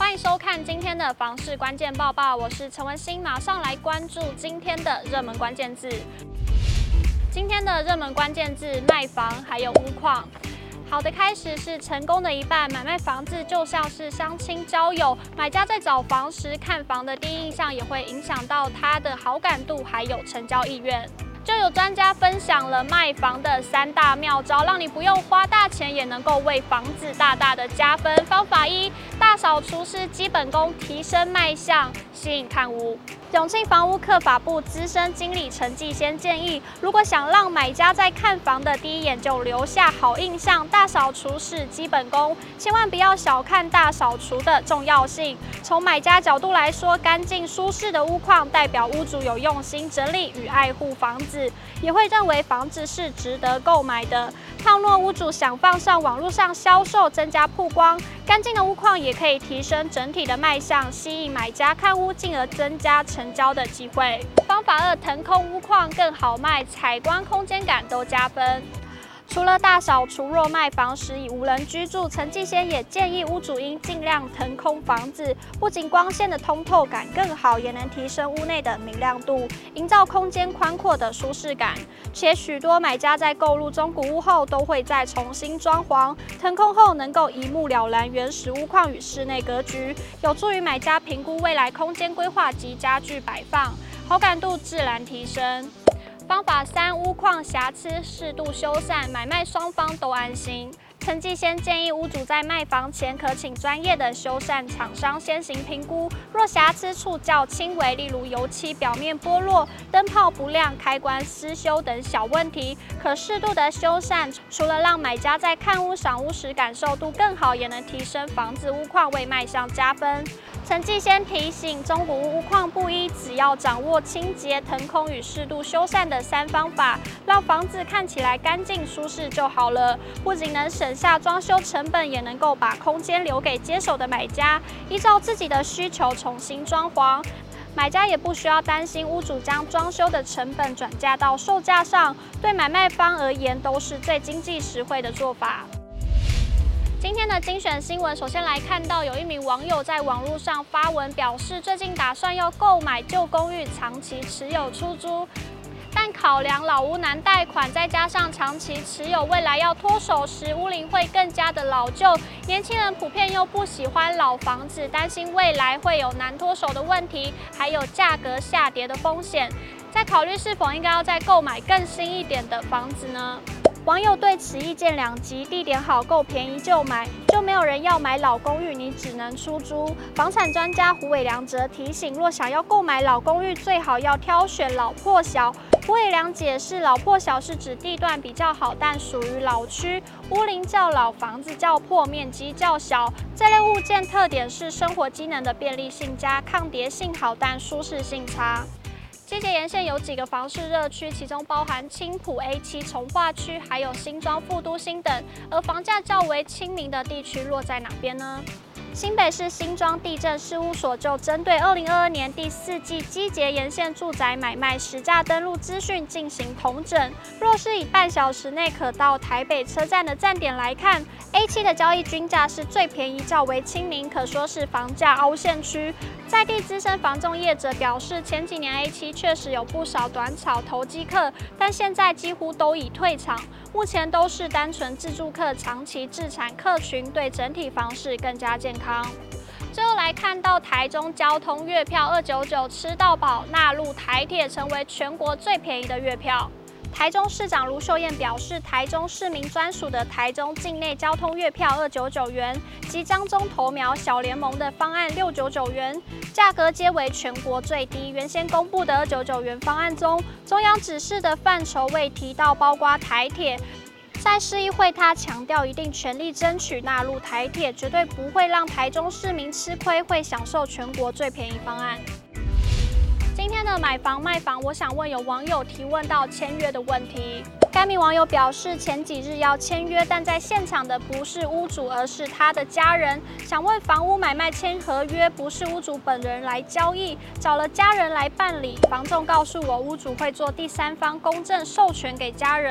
欢迎收看今天的房市关键报报，我是陈文心，马上来关注今天的热门关键字。今天的热门关键字：卖房还有屋况。好的开始是成功的一半，买卖房子就像是相亲交友，买家在找房时看房的第一印象也会影响到他的好感度还有成交意愿。就有专家分享了卖房的3大妙招，让你不用花大钱也能够为房子大大的加分。方法1：大扫除是基本功，提升卖相，吸引看屋。永庆房屋客法部资深经理陈继先建议，如果想让买家在看房的第一眼就留下好印象，大扫除是基本功，千万不要小看大扫除的重要性。从买家角度来说，干净舒适的屋况代表屋主有用心整理与爱护房子，也会认为房子是值得购买的。倘若屋主想放上网络上销售，增加曝光，干净的屋况也可以提升整体的卖相，吸引买家看屋，进而增加成交的机会。方法2：腾空屋况更好卖，采光空间感都加分。除了大扫除，若卖房时已无人居住，陈继先也建议屋主应尽量腾空房子，不仅光线的通透感更好，也能提升屋内的明亮度，营造空间宽阔的舒适感。且许多买家在购入中古屋后，都会再重新装潢，腾空后能够一目了然原始屋况与室内格局，有助于买家评估未来空间规划及家具摆放，好感度自然提升。方法3：屋况瑕疵适度修缮，买卖双方都安心。陈继先建议屋主在卖房前，可请专业的修缮厂商先行评估，若瑕疵处较轻微，例如油漆表面剥落、灯泡不亮、开关失修等小问题，可适度的修缮，除了让买家在看屋赏屋时感受度更好，也能提升房子屋况，为卖相加分。陈继先提醒，中古屋况不一，只要掌握清洁、腾空与适度修缮的3方法，让房子看起来干净舒适就好了。不仅能省下装修成本，也能够把空间留给接手的买家，依照自己的需求重新装潢。买家也不需要担心屋主将装修的成本转嫁到售价上，对买卖方而言都是最经济实惠的做法。今天的精选新闻，首先来看到有一名网友在网络上发文表示，最近打算要购买旧公寓，长期持有出租。但考量老屋难贷款，再加上长期持有，未来要脱手时屋龄会更加的老旧，年轻人普遍又不喜欢老房子，担心未来会有难脱手的问题，还有价格下跌的风险，在考虑是否应该要再购买更新一点的房子呢？网友对此意见两极，地点好够便宜就买，就没有人要买老公寓，你只能出租。房产专家胡伟良则提醒，若想要购买老公寓，最好要挑选老破小。胡伟良解释，老破小是指地段比较好，但属于老区，屋龄较老，房子较破，面积较小。这类物件特点是生活机能的便利性佳，抗跌性好，但舒适性差。季节沿线有几个房市热区，其中包含青埔 A7 从化区，还有新庄副都心等。而房价较为亲民的地区落在哪边呢？新北市新庄地政事务所就针对2022年第4季机捷沿线住宅买卖实价登录资讯进行统整。若是以半小时内可到台北车站的站点来看 ，A7 的交易均价是最便宜、较为亲民，可说是房价凹陷区。在地资深房仲业者表示，前几年 A7 确实有不少短炒投机客，但现在几乎都已退场，目前都是单纯自住客、长期置产客群，对整体房市更加健康。最后来看到台中交通月票299吃到饱，纳入台铁成为全国最便宜的月票。台中市长卢秀燕表示，台中市民专属的台中境内交通月票299元及张中投苗小联盟的方案699元，价格皆为全国最低。原先公布的299元方案中，中央指示的范畴未提到包括台铁。在市议会，他强调一定全力争取纳入台铁，绝对不会让台中市民吃亏，会享受全国最便宜方案。今天的买房卖房，我想问有网友提问到签约的问题。该名网友表示，前几日要签约，但在现场的不是屋主，而是他的家人。想问房屋买卖签合约，不是屋主本人来交易，找了家人来办理。房仲告诉我，屋主会做第3方公证授权给家人。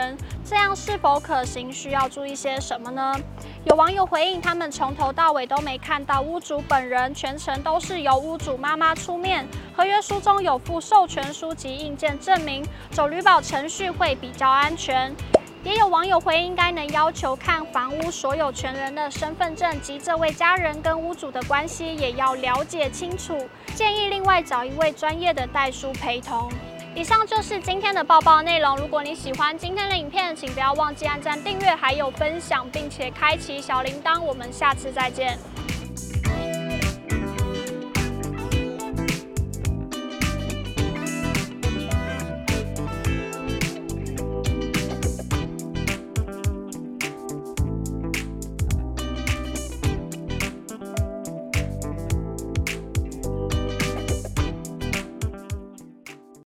这样是否可行？需要注意些什么呢？有网友回应，他们从头到尾都没看到屋主本人，全程都是由屋主妈妈出面。合约书中有附授权书及印件证明，走履保程序会比较安全。也有网友回应，该能要求看房屋所有权人的身份证及这位家人跟屋主的关系，也要了解清楚。建议另外找一位专业的代书陪同。以上就是今天的报报内容。如果你喜欢今天的影片，请不要忘记按赞、订阅，还有分享，并且开启小铃铛。我们下次再见。